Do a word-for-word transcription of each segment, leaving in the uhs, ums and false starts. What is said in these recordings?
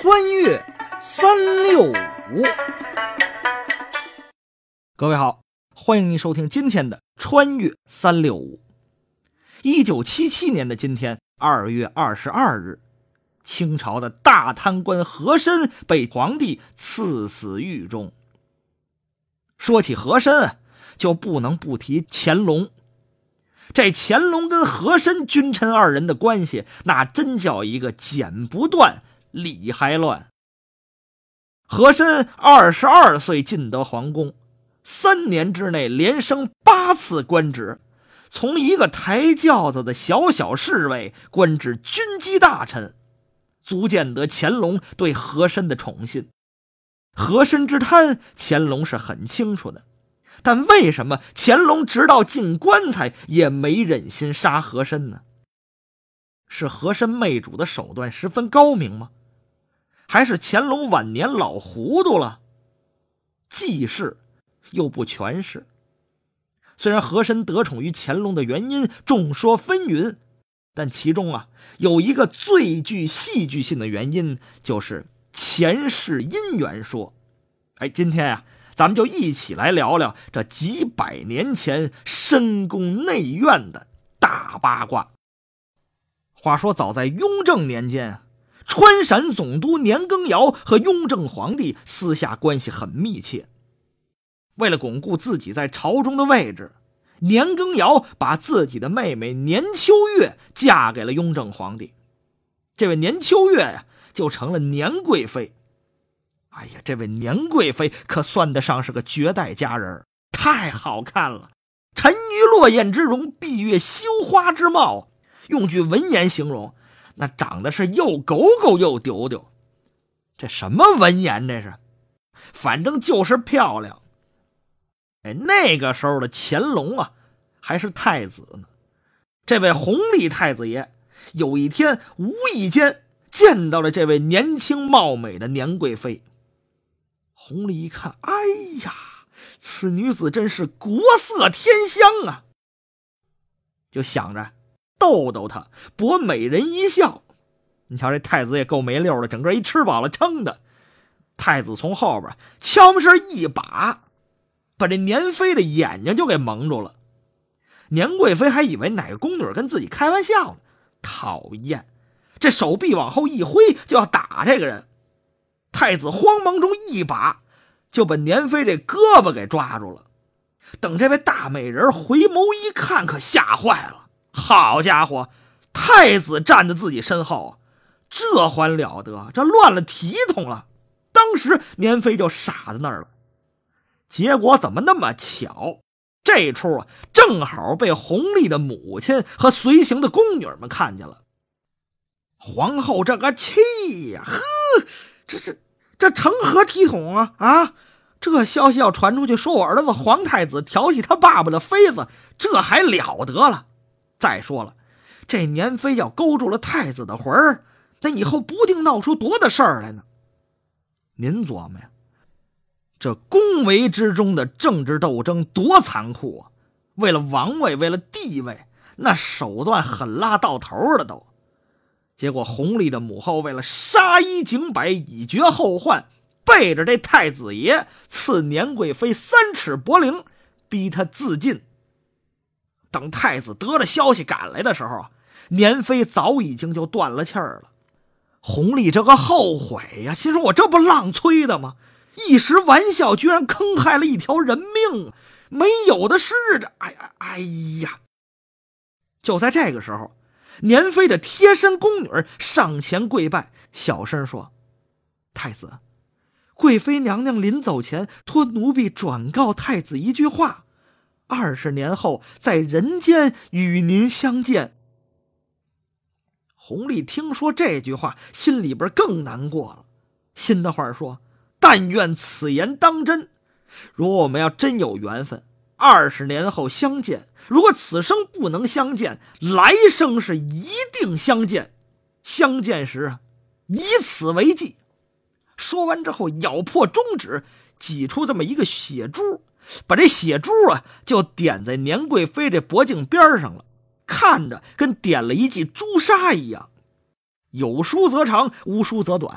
穿越三六五。各位好，欢迎您收听今天的穿越三六五。一九七七年的今天，二月二十二日，清朝的大贪官和珅被皇帝赐死狱中。说起和珅，就不能不提乾隆。这乾隆跟和珅君臣二人的关系，那真叫一个剪不断理还乱。和珅二十二岁进得皇宫，三年之内连升八次官职，从一个抬轿子的小小侍卫官至军机大臣，足见得乾隆对和珅的宠信。和珅之贪，乾隆是很清楚的，但为什么乾隆直到进棺材也没忍心杀和珅呢？是和珅媚主的手段十分高明吗？还是乾隆晚年老糊涂了？既是又不全是。虽然和珅得宠于乾隆的原因众说纷纭，但其中啊有一个最具戏剧性的原因，就是前世姻缘说。哎，今天啊咱们就一起来聊聊这几百年前深宫内院的大八卦。话说早在雍正年间，川陕总督年羹尧和雍正皇帝私下关系很密切。为了巩固自己在朝中的位置，年羹尧把自己的妹妹年秋月嫁给了雍正皇帝。这位年秋月呀，就成了年贵妃。哎呀，这位年贵妃可算得上是个绝代佳人，太好看了，沉鱼落雁之容，闭月羞花之貌，用句文言形容，那长得是又狗狗又丢丢。这什么文言这是？反正就是漂亮。哎，那个时候的乾隆啊还是太子呢。这位弘历太子爷有一天无意间见到了这位年轻貌美的年贵妃。弘历一看，哎呀，此女子真是国色天香啊，就想着逗逗她，博美人一笑。你瞧这太子也够没溜的，整个一吃饱了撑的。太子从后边悄没声一把把这年妃的眼睛就给蒙住了。年贵妃还以为哪个宫女跟自己开玩笑呢，讨厌，这手臂往后一挥就要打这个人。太子慌忙中一把就把年妃这胳膊给抓住了。等这位大美人回眸一看，可吓坏了。好家伙，太子站在自己身后，这还了得，这乱了体统了。当时年妃就傻在那儿了。结果怎么那么巧，这出啊正好被弘历的母亲和随行的宫女们看见了。皇后这个气呀，呵，这这这成何体统啊啊！这消息要传出去，说我儿子皇太子调戏他爸爸的妃子，这还了得了。再说了，这年妃要勾住了太子的魂儿，那以后不定闹出多大事儿来呢。您琢磨呀，这宫闱之中的政治斗争多残酷啊！为了王位，为了地位，那手段狠辣到头了都。结果弘历的母后为了杀一儆百，以绝后患，背着这太子爷赐年贵妃三尺柏绫，逼他自尽。等太子得了消息赶来的时候啊，年妃早已经就断了气儿了。弘历这个后悔呀，心说我这不浪催的吗？一时玩笑居然坑害了一条人命，没有的是着。哎呀哎呀！就在这个时候，年妃的贴身宫女上前跪拜，小声说：“太子，贵妃娘娘临走前托奴婢转告太子一句话，二十年后在人间与您相见。”弘历听说这句话，心里边更难过了，心的话说：“但愿此言当真。如果我们要真有缘分，二十年后相见，如果此生不能相见，来生是一定相见。相见时啊，以此为记。”说完之后，咬破中指，挤出这么一个血珠，把这血珠啊就点在年贵妃这脖颈边上了，看着跟点了一记朱砂一样。有书则长，无书则短，吃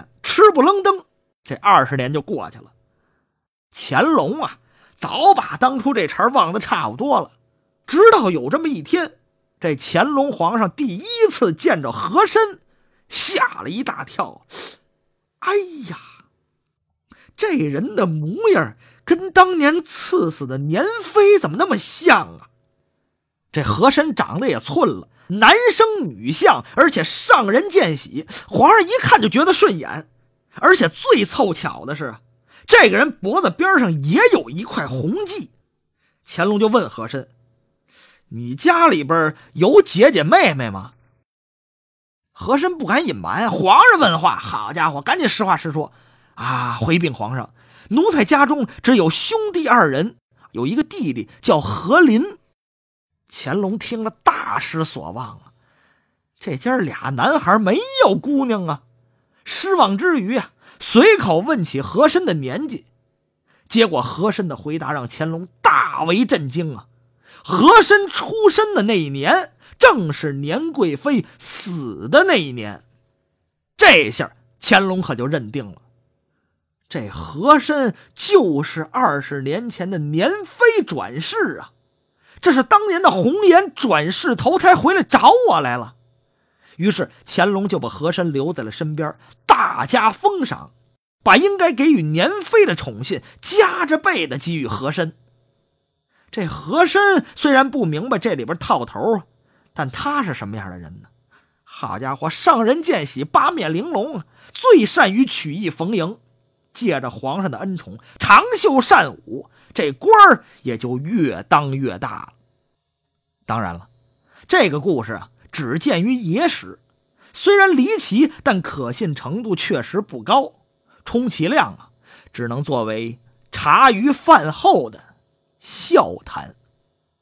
不愣登，这二十年就过去了。乾隆啊，早把当初这茬忘得差不多了。直到有这么一天，这乾隆皇上第一次见着和珅，吓了一大跳。哎呀，这人的模样跟当年赐死的年妃怎么那么像啊？这和珅长得也寸了，男生女相，而且上人见喜，皇上一看就觉得顺眼。而且最凑巧的是，这个人脖子边上也有一块红迹。乾隆就问和珅：“你家里边有姐姐妹妹吗？”和珅不敢隐瞒，皇上问话，好家伙，赶紧实话实说啊！回禀皇上，奴才家中只有兄弟二人，有一个弟弟叫和林。乾隆听了大失所望啊，这家俩男孩没有姑娘啊。失望之余啊，随口问起和珅的年纪，结果和珅的回答让乾隆大为震惊啊！和珅出生的那一年，正是年贵妃死的那一年。这下乾隆可就认定了，这和珅就是二十年前的年妃转世啊！这是当年的红颜转世投胎回来找我来了。于是乾隆就把和珅留在了身边，大加封赏，把应该给予年妃的宠信加着倍的给予和珅。这和珅虽然不明白这里边套头，但他是什么样的人呢？好家伙，上人见喜，八面玲珑，最善于曲意逢迎，借着皇上的恩宠，长袖善舞，这官儿也就越当越大了。当然了，这个故事啊，只见于野史，虽然离奇，但可信程度确实不高，充其量啊，只能作为茶余饭后的笑谈。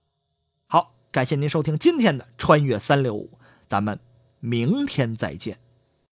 好，感谢您收听今天的穿越三六五，咱们明天再见。